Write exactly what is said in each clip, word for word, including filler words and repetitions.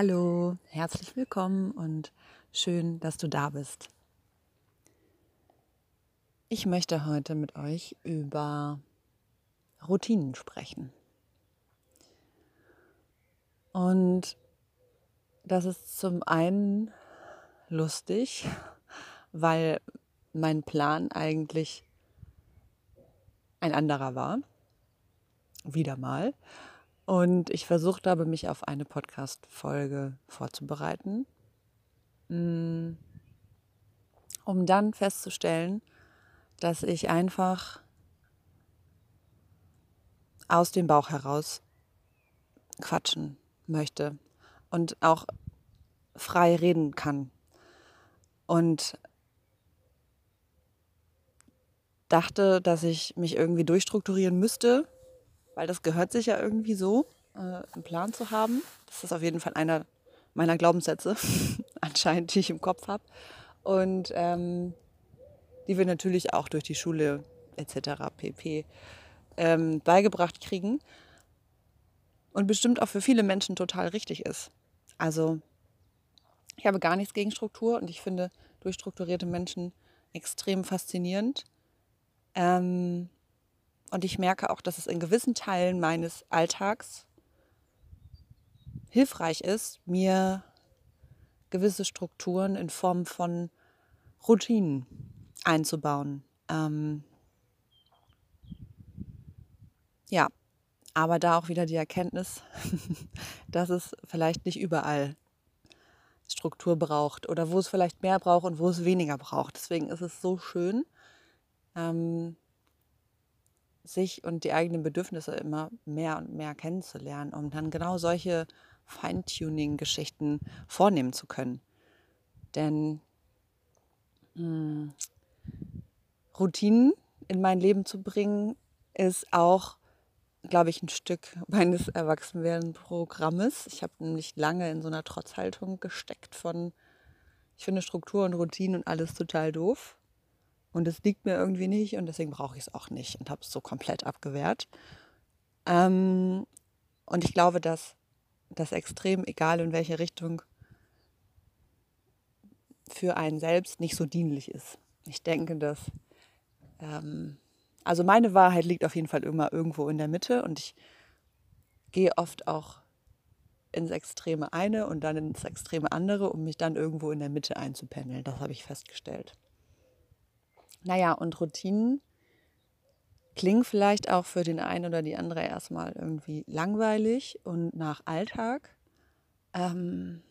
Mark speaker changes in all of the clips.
Speaker 1: Hallo, herzlich willkommen und schön, dass du da bist. Ich möchte heute mit euch über Routinen sprechen. Und das ist zum einen lustig, weil mein Plan eigentlich ein anderer war, wieder mal. Und ich versucht habe, mich auf eine Podcast-Folge vorzubereiten, um dann festzustellen, dass ich einfach aus dem Bauch heraus quatschen möchte und auch frei reden kann. Und dachte, dass ich mich irgendwie durchstrukturieren müsste, weil das gehört sich ja irgendwie so, äh, einen Plan zu haben. Das ist auf jeden Fall einer meiner Glaubenssätze, anscheinend, die ich im Kopf habe. Und ähm, die wir natürlich auch durch die Schule et cetera pp. Ähm, beigebracht kriegen. Und bestimmt auch für viele Menschen total richtig ist. Also ich habe gar nichts gegen Struktur und ich finde durchstrukturierte Menschen extrem faszinierend. Ähm, und ich merke auch, dass es in gewissen Teilen meines Alltags hilfreich ist, mir gewisse Strukturen in Form von Routinen einzubauen. Ähm, ja, aber da auch wieder die Erkenntnis, dass es vielleicht nicht überall Struktur braucht oder wo es vielleicht mehr braucht und wo es weniger braucht. Deswegen ist es so schön, ähm, sich und die eigenen Bedürfnisse immer mehr und mehr kennenzulernen, um dann genau solche Feintuning-Geschichten vornehmen zu können. Denn mh, Routinen in mein Leben zu bringen, ist auch, glaube ich, ein Stück meines Erwachsenwerden-Programmes. Ich habe nämlich lange in so einer Trotzhaltung gesteckt von, ich finde Struktur und Routinen und alles total doof. Und es liegt mir irgendwie nicht und deswegen brauche ich es auch nicht und habe es so komplett abgewehrt. Ähm, und ich glaube, dass das extrem, egal in welche Richtung, für einen selbst nicht so dienlich ist. Ich denke, dass, ähm, also meine Wahrheit liegt auf jeden Fall immer irgendwo in der Mitte und ich gehe oft auch ins Extreme eine und dann ins Extreme andere, um mich dann irgendwo in der Mitte einzupendeln. Das habe ich festgestellt. Naja, und Routinen klingen vielleicht auch für den einen oder die andere erstmal irgendwie langweilig und nach Alltag. Ähm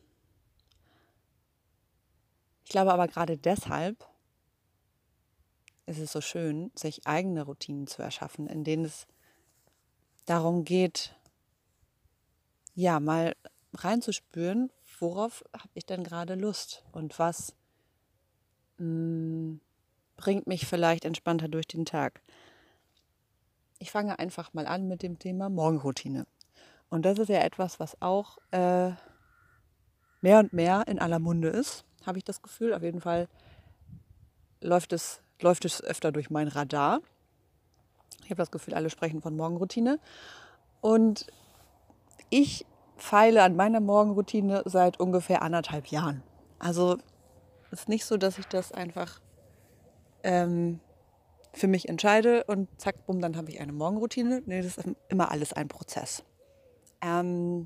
Speaker 1: ich glaube aber gerade deshalb ist es so schön, sich eigene Routinen zu erschaffen, in denen es darum geht, ja, mal reinzuspüren, worauf habe ich denn gerade Lust und was mh, bringt mich vielleicht entspannter durch den Tag. Ich fange einfach mal an mit dem Thema Morgenroutine. Und das ist ja etwas, was auch äh, mehr und mehr in aller Munde ist, habe ich das Gefühl. Auf jeden Fall läuft es, läuft es öfter durch mein Radar. Ich habe das Gefühl, alle sprechen von Morgenroutine. Und ich feile an meiner Morgenroutine seit ungefähr anderthalb Jahren. Also es ist nicht so, dass ich das einfach ähm, für mich entscheide und zack, bumm, dann habe ich eine Morgenroutine. Nee, das ist immer alles ein Prozess. Ähm,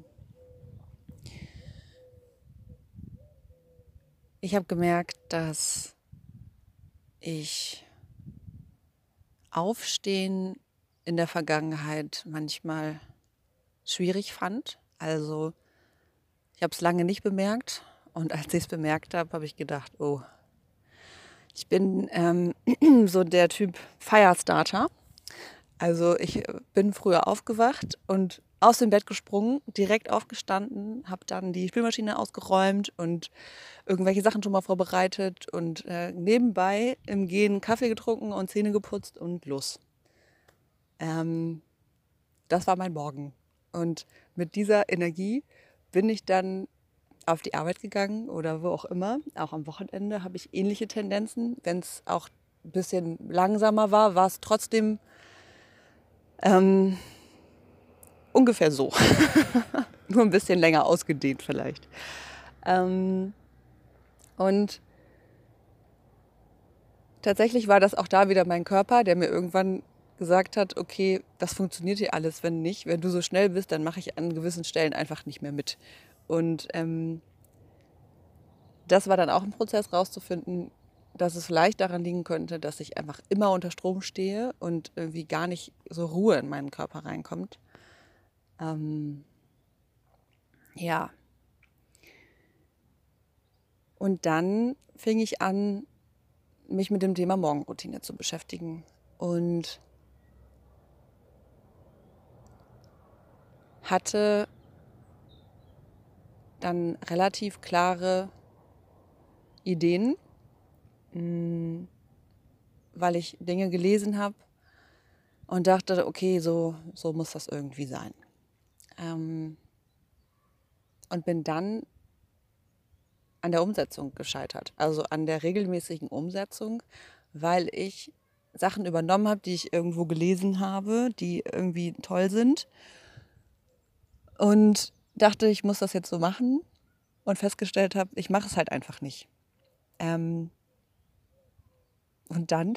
Speaker 1: ich habe gemerkt, dass ich Aufstehen in der Vergangenheit manchmal schwierig fand. Also ich habe es lange nicht bemerkt und als ich es bemerkt habe, habe ich gedacht, oh, ich bin ähm, so der Typ Firestarter. Also ich bin früher aufgewacht und aus dem Bett gesprungen, direkt aufgestanden, habe dann die Spülmaschine ausgeräumt und irgendwelche Sachen schon mal vorbereitet und äh, nebenbei im Gehen Kaffee getrunken und Zähne geputzt und los. Ähm, das war mein Morgen. Und mit dieser Energie bin ich dann auf die Arbeit gegangen oder wo auch immer. Auch am Wochenende habe ich ähnliche Tendenzen. Wenn es auch ein bisschen langsamer war, war es trotzdem ähm, ungefähr so. Nur ein bisschen länger ausgedehnt vielleicht. Ähm, und tatsächlich war das auch da wieder mein Körper, der mir irgendwann gesagt hat, okay, das funktioniert hier alles, wenn nicht. Wenn du so schnell bist, dann mache ich an gewissen Stellen einfach nicht mehr mit. Und ähm, das war dann auch ein Prozess rauszufinden, dass es vielleicht daran liegen könnte, dass ich einfach immer unter Strom stehe und irgendwie gar nicht so Ruhe in meinen Körper reinkommt. Ähm, ja. Und dann fing ich an, mich mit dem Thema Morgenroutine zu beschäftigen. Und hatte dann relativ klare Ideen, weil ich Dinge gelesen habe und dachte, okay, so, so muss das irgendwie sein. Ähm, und bin dann an der Umsetzung gescheitert, also an der regelmäßigen Umsetzung, weil ich Sachen übernommen habe, die ich irgendwo gelesen habe, die irgendwie toll sind und dachte, ich muss das jetzt so machen und festgestellt habe, ich mache es halt einfach nicht. Ähm, und dann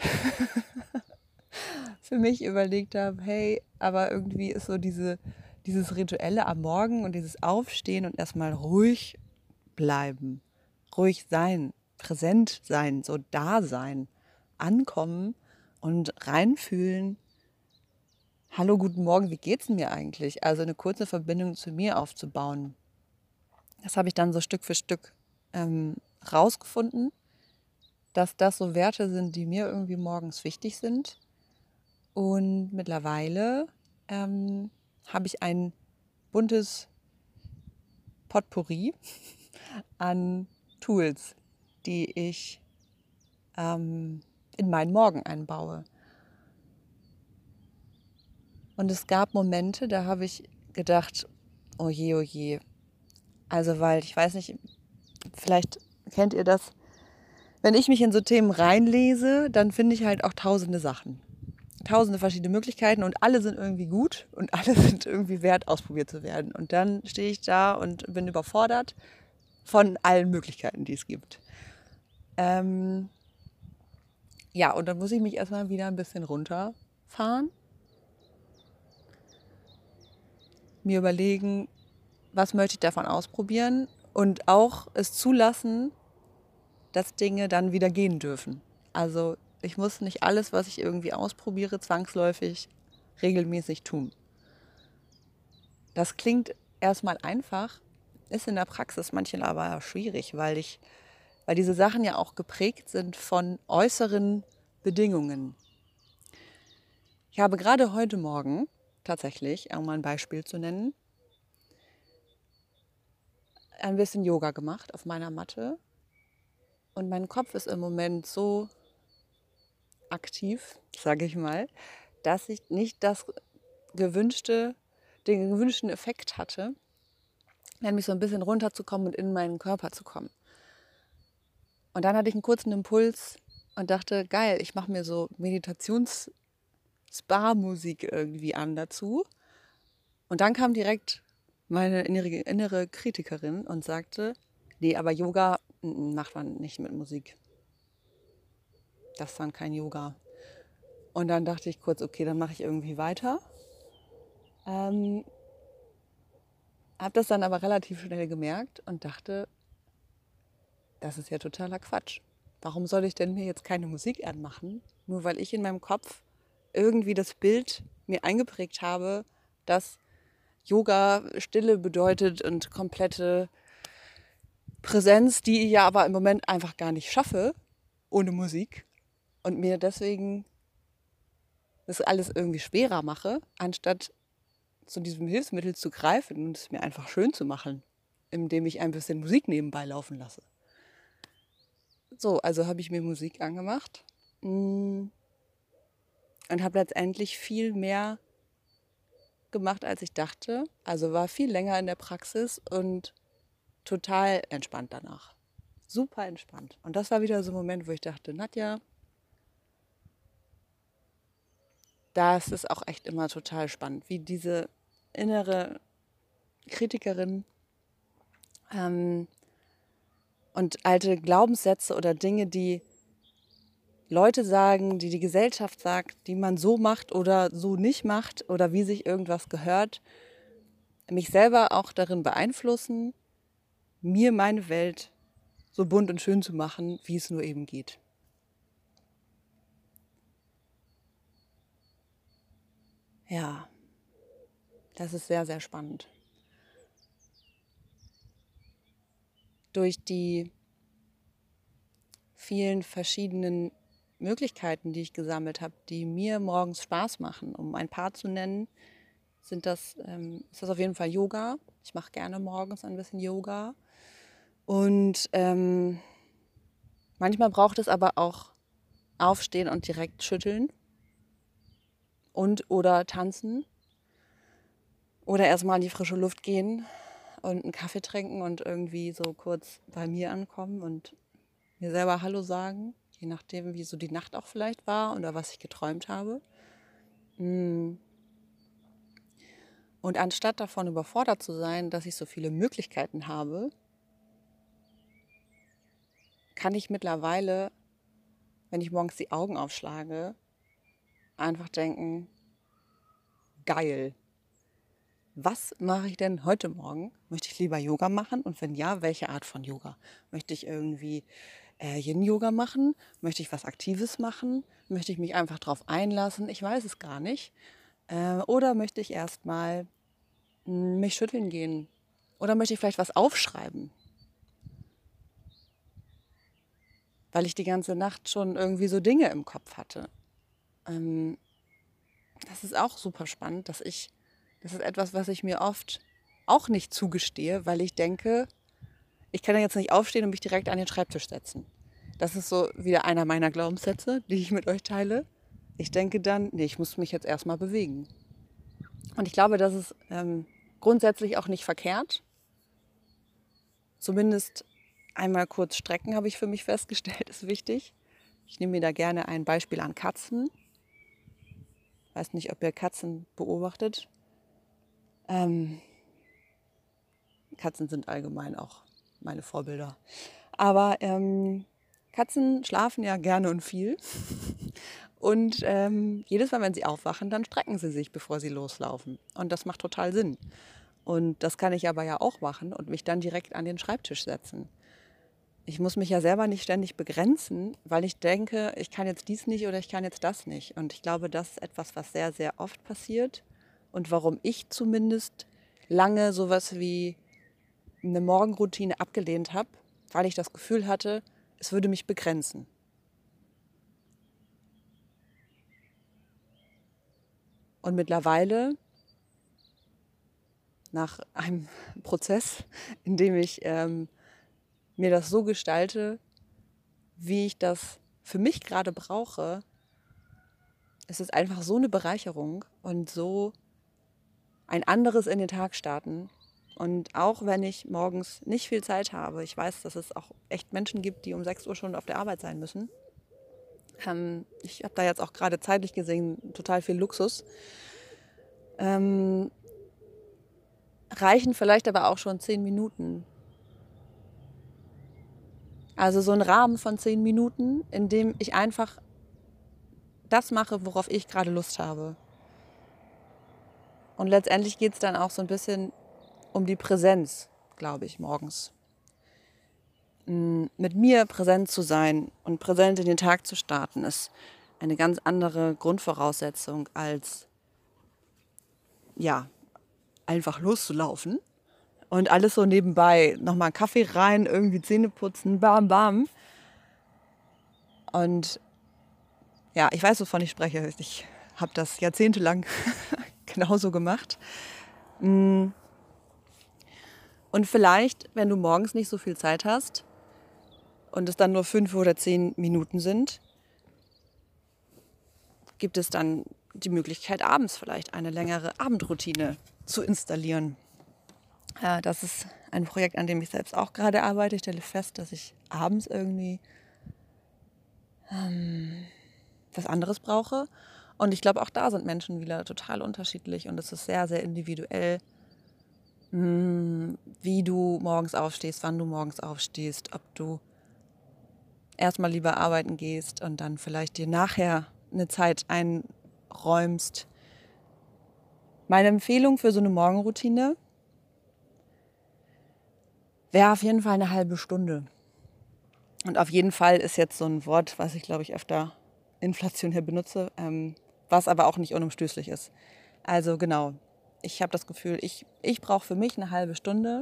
Speaker 1: für mich überlegt habe, hey, aber irgendwie ist so diese, dieses Rituelle am Morgen und dieses Aufstehen und erstmal ruhig bleiben, ruhig sein, präsent sein, so da sein, ankommen und reinfühlen. Hallo, guten Morgen, wie geht's mir eigentlich? Also eine kurze Verbindung zu mir aufzubauen. Das habe ich dann so Stück für Stück ähm, rausgefunden, dass das so Werte sind, die mir irgendwie morgens wichtig sind. Und mittlerweile ähm, habe ich ein buntes Potpourri an Tools, die ich ähm, in meinen Morgen einbaue. Und es gab Momente, da habe ich gedacht, oh je, oh je. Also weil, ich weiß nicht, vielleicht kennt ihr das, wenn ich mich in so Themen reinlese, dann finde ich halt auch tausende Sachen. Tausende verschiedene Möglichkeiten und alle sind irgendwie gut und alle sind irgendwie wert, ausprobiert zu werden. Und dann stehe ich da und bin überfordert von allen Möglichkeiten, die es gibt. Ähm, ja, und dann muss ich mich erstmal wieder ein bisschen runterfahren, mir überlegen, was möchte ich davon ausprobieren und auch es zulassen, dass Dinge dann wieder gehen dürfen. Also ich muss nicht alles, was ich irgendwie ausprobiere, zwangsläufig regelmäßig tun. Das klingt erstmal einfach, ist in der Praxis manchmal aber schwierig, weil ich, weil diese Sachen ja auch geprägt sind von äußeren Bedingungen. Ich habe gerade heute Morgen tatsächlich, um mal ein Beispiel zu nennen, ein bisschen Yoga gemacht auf meiner Matte und mein Kopf ist im Moment so aktiv, sage ich mal, dass ich nicht das gewünschte, den gewünschten Effekt hatte, nämlich so ein bisschen runterzukommen und in meinen Körper zu kommen. Und dann hatte ich einen kurzen Impuls und dachte, geil, ich mache mir so Meditations-Spa-Musik irgendwie an dazu. Und dann kam direkt meine innere, innere Kritikerin und sagte, nee, aber Yoga macht man nicht mit Musik. Das ist dann kein Yoga. Und dann dachte ich kurz, okay, dann mache ich irgendwie weiter. Ähm, habe das dann aber relativ schnell gemerkt und dachte, das ist ja totaler Quatsch. Warum soll ich denn mir jetzt keine Musik anmachen, nur weil ich in meinem Kopf irgendwie das Bild mir eingeprägt habe, dass Yoga Stille bedeutet und komplette Präsenz, die ich ja aber im Moment einfach gar nicht schaffe, ohne Musik. Und mir deswegen das alles irgendwie schwerer mache, anstatt zu diesem Hilfsmittel zu greifen und es mir einfach schön zu machen, indem ich ein bisschen Musik nebenbei laufen lasse. So, also habe ich mir Musik angemacht und habe letztendlich viel mehr gemacht, als ich dachte. Also war viel länger in der Praxis und total entspannt danach. Super entspannt. Und das war wieder so ein Moment, wo ich dachte, Nadja, das ist auch echt immer total spannend, wie diese innere Kritikerin. Ähm, und alte Glaubenssätze oder Dinge, die Leute sagen, die die Gesellschaft sagt, die man so macht oder so nicht macht oder wie sich irgendwas gehört, mich selber auch darin beeinflussen, mir meine Welt so bunt und schön zu machen, wie es nur eben geht. Ja, das ist sehr, sehr spannend. Durch die vielen verschiedenen Möglichkeiten, die ich gesammelt habe, die mir morgens Spaß machen, um ein paar zu nennen, sind das, ähm, ist das auf jeden Fall Yoga. Ich mache gerne morgens ein bisschen Yoga. Und ähm, manchmal braucht es aber auch aufstehen und direkt schütteln und oder tanzen oder erstmal in die frische Luft gehen und einen Kaffee trinken und irgendwie so kurz bei mir ankommen und mir selber Hallo sagen, je nachdem, wie so die Nacht auch vielleicht war oder was ich geträumt habe. Und anstatt davon überfordert zu sein, dass ich so viele Möglichkeiten habe, kann ich mittlerweile, wenn ich morgens die Augen aufschlage, einfach denken, geil. Was mache ich denn heute Morgen? Möchte ich lieber Yoga machen? Und wenn ja, welche Art von Yoga? Möchte ich irgendwie äh, Yin-Yoga machen? Möchte ich was Aktives machen? Möchte ich mich einfach drauf einlassen? Ich weiß es gar nicht. Äh, oder möchte ich erstmal mich schütteln gehen? Oder möchte ich vielleicht was aufschreiben? Weil ich die ganze Nacht schon irgendwie so Dinge im Kopf hatte. Ähm, das ist auch super spannend, dass ich, das ist etwas, was ich mir oft auch nicht zugestehe, weil ich denke, ich kann ja jetzt nicht aufstehen und mich direkt an den Schreibtisch setzen. Das ist so wieder einer meiner Glaubenssätze, die ich mit euch teile. Ich denke dann, nee, ich muss mich jetzt erstmal bewegen. Und ich glaube, das ist ähm, grundsätzlich auch nicht verkehrt. Zumindest einmal kurz strecken, habe ich für mich festgestellt, ist wichtig. Ich nehme mir da gerne ein Beispiel an Katzen. Ich weiß nicht, ob ihr Katzen beobachtet. Ähm, Katzen sind allgemein auch meine Vorbilder. Aber ähm, Katzen schlafen ja gerne und viel. Und ähm, jedes Mal, wenn sie aufwachen, dann strecken sie sich, bevor sie loslaufen. Und das macht total Sinn. Und das kann ich aber ja auch machen und mich dann direkt an den Schreibtisch setzen. Ich muss mich ja selber nicht ständig begrenzen, weil ich denke, ich kann jetzt dies nicht oder ich kann jetzt das nicht. Und ich glaube, das ist etwas, was sehr, sehr oft passiert und warum ich zumindest lange sowas wie eine Morgenroutine abgelehnt habe, weil ich das Gefühl hatte, es würde mich begrenzen. Und mittlerweile, nach einem Prozess, in dem ich ähm, mir das so gestalte, wie ich das für mich gerade brauche, ist es einfach so eine Bereicherung und so ein anderes in den Tag starten. Und auch wenn ich morgens nicht viel Zeit habe, ich weiß, dass es auch echt Menschen gibt, die um sechs Uhr schon auf der Arbeit sein müssen. Ähm, ich habe da jetzt auch gerade zeitlich gesehen total viel Luxus. Ähm, reichen vielleicht aber auch schon zehn Minuten. Also so ein Rahmen von zehn Minuten, in dem ich einfach das mache, worauf ich gerade Lust habe. Und letztendlich geht es dann auch so ein bisschen um die Präsenz, glaube ich, morgens. Mit mir präsent zu sein und präsent in den Tag zu starten, ist eine ganz andere Grundvoraussetzung als, ja, einfach loszulaufen und alles so nebenbei. Nochmal einen Kaffee rein, irgendwie Zähne putzen, bam, bam. Und ja, ich weiß, wovon ich spreche. Ich habe das jahrzehntelang genauso gemacht. Und vielleicht, wenn du morgens nicht so viel Zeit hast und es dann nur fünf oder zehn Minuten sind, gibt es dann die Möglichkeit, abends vielleicht eine längere Abendroutine zu installieren. Ja, das ist ein Projekt, an dem ich selbst auch gerade arbeite. Ich stelle fest, dass ich abends irgendwie ähm, was anderes brauche. Und ich glaube, auch da sind Menschen wieder total unterschiedlich und es ist sehr, sehr individuell, wie du morgens aufstehst, wann du morgens aufstehst, ob du erstmal lieber arbeiten gehst und dann vielleicht dir nachher eine Zeit einräumst. Meine Empfehlung für so eine Morgenroutine wäre auf jeden Fall eine halbe Stunde. Und auf jeden Fall ist jetzt so ein Wort, was ich, glaube ich, öfter inflationär benutze, ähm, was aber auch nicht unumstößlich ist. Also genau, ich habe das Gefühl, ich, ich brauche für mich eine halbe Stunde.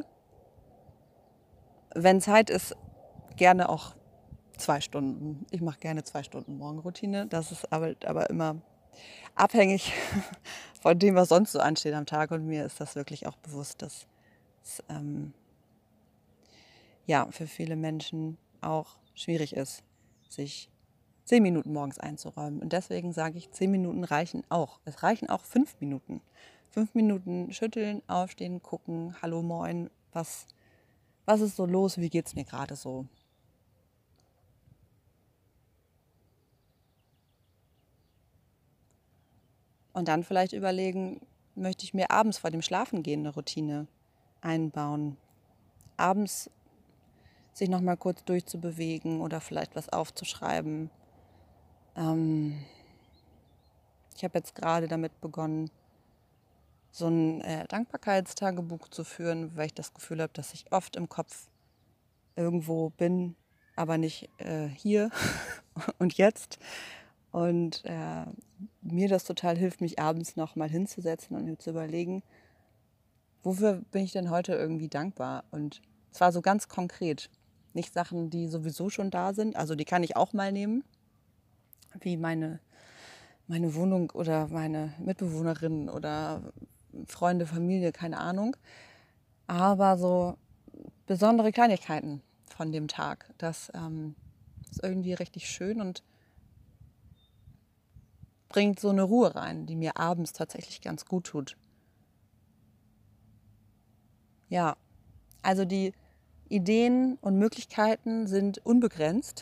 Speaker 1: Wenn Zeit ist, gerne auch zwei Stunden. Ich mache gerne zwei Stunden Morgenroutine. Das ist aber, aber immer abhängig von dem, was sonst so ansteht am Tag. Und mir ist das wirklich auch bewusst, dass es ähm, ja, für viele Menschen auch schwierig ist, sich zehn Minuten morgens einzuräumen. Und deswegen sage ich, zehn Minuten reichen auch. Es reichen auch fünf Minuten. Fünf Minuten schütteln, aufstehen, gucken, hallo, moin, was, was ist so los, wie geht es mir gerade so? Und dann vielleicht überlegen, möchte ich mir abends vor dem Schlafengehen eine Routine einbauen? Abends sich nochmal kurz durchzubewegen oder vielleicht was aufzuschreiben. Ähm, ich habe jetzt gerade damit begonnen, so ein äh, Dankbarkeitstagebuch zu führen, weil ich das Gefühl habe, dass ich oft im Kopf irgendwo bin, aber nicht äh, hier und jetzt. Und äh, mir das total hilft, mich abends nochmal hinzusetzen und mir zu überlegen, wofür bin ich denn heute irgendwie dankbar? Und zwar so ganz konkret. Nicht Sachen, die sowieso schon da sind. Also die kann ich auch mal nehmen, wie meine, meine Wohnung oder meine Mitbewohnerin oder Freunde, Familie, keine Ahnung. Aber so besondere Kleinigkeiten von dem Tag, das ähm, ist irgendwie richtig schön und bringt so eine Ruhe rein, die mir abends tatsächlich ganz gut tut. Ja, also die Ideen und Möglichkeiten sind unbegrenzt.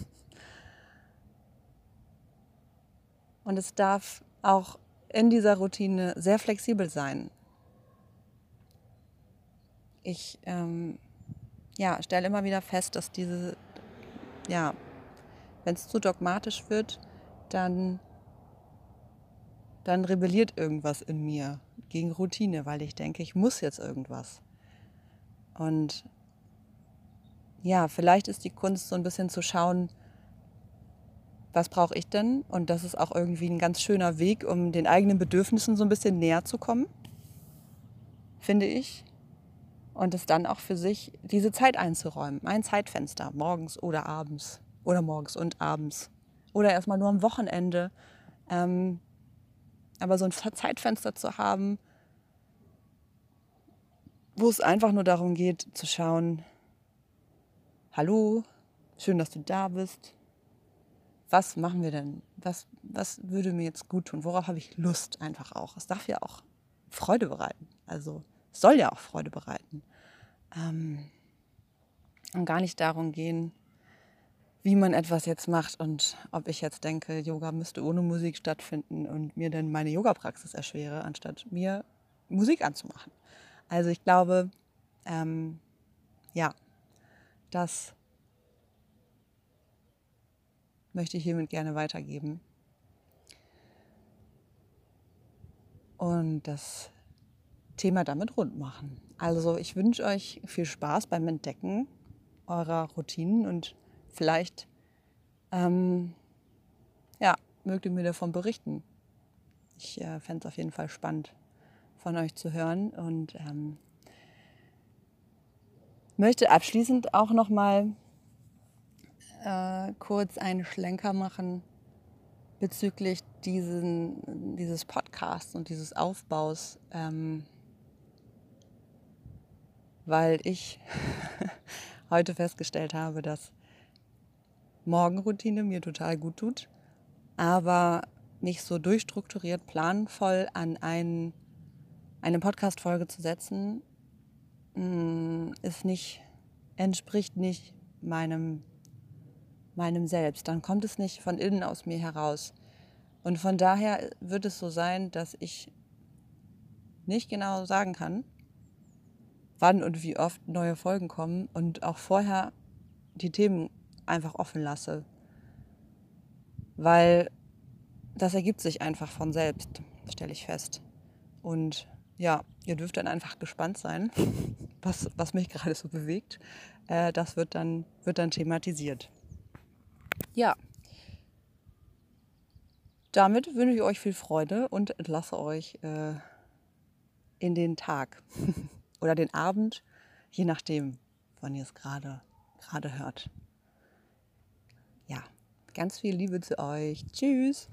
Speaker 1: Und es darf auch in dieser Routine sehr flexibel sein. Ich ähm, ja, stelle immer wieder fest, dass diese, ja, wenn es zu dogmatisch wird, dann, dann rebelliert irgendwas in mir gegen Routine, weil ich denke, ich muss jetzt irgendwas. Und ja, vielleicht ist die Kunst so ein bisschen zu schauen, was brauche ich denn? Und das ist auch irgendwie ein ganz schöner Weg, um den eigenen Bedürfnissen so ein bisschen näher zu kommen, finde ich. Und es dann auch für sich diese Zeit einzuräumen. Ein Zeitfenster, morgens oder abends. Oder morgens und abends. Oder erstmal nur am Wochenende. Ähm, aber so ein Zeitfenster zu haben, wo es einfach nur darum geht, zu schauen, hallo, schön, dass du da bist. Was machen wir denn? Was, was würde mir jetzt gut tun? Worauf habe ich Lust einfach auch? Es darf ja auch Freude bereiten. Also es soll ja auch Freude bereiten. Ähm, und gar nicht darum gehen, wie man etwas jetzt macht und ob ich jetzt denke, Yoga müsste ohne Musik stattfinden und mir dann meine Yoga-Praxis erschwere, anstatt mir Musik anzumachen. Also ich glaube, ähm, ja, das möchte ich hiermit gerne weitergeben. Und das Thema damit rund machen. Also ich wünsche euch viel Spaß beim Entdecken eurer Routinen und vielleicht ähm, ja, mögt ihr mir davon berichten. Ich äh, fände es auf jeden Fall spannend von euch zu hören und ähm, möchte abschließend auch noch mal äh, kurz einen Schlenker machen bezüglich diesen, dieses Podcasts und dieses Aufbaus, ähm, weil ich heute festgestellt habe, dass Morgenroutine mir total gut tut, aber mich so durchstrukturiert, planvoll an ein, eine Podcast-Folge zu setzen, ist nicht, entspricht nicht meinem, meinem Selbst. Dann kommt es nicht von innen aus mir heraus. Und von daher wird es so sein, dass ich nicht genau sagen kann, wann und wie oft neue Folgen kommen und auch vorher die Themen einfach offen lasse. Weil das ergibt sich einfach von selbst, stelle ich fest. Und ja, ihr dürft dann einfach gespannt sein, was, was mich gerade so bewegt. Äh, das wird dann, wird dann thematisiert. Ja, damit wünsche ich euch viel Freude und entlasse euch äh, in den Tag oder den Abend, je nachdem, wann ihr es gerade gerade hört. Ja, ganz viel Liebe zu euch. Tschüss.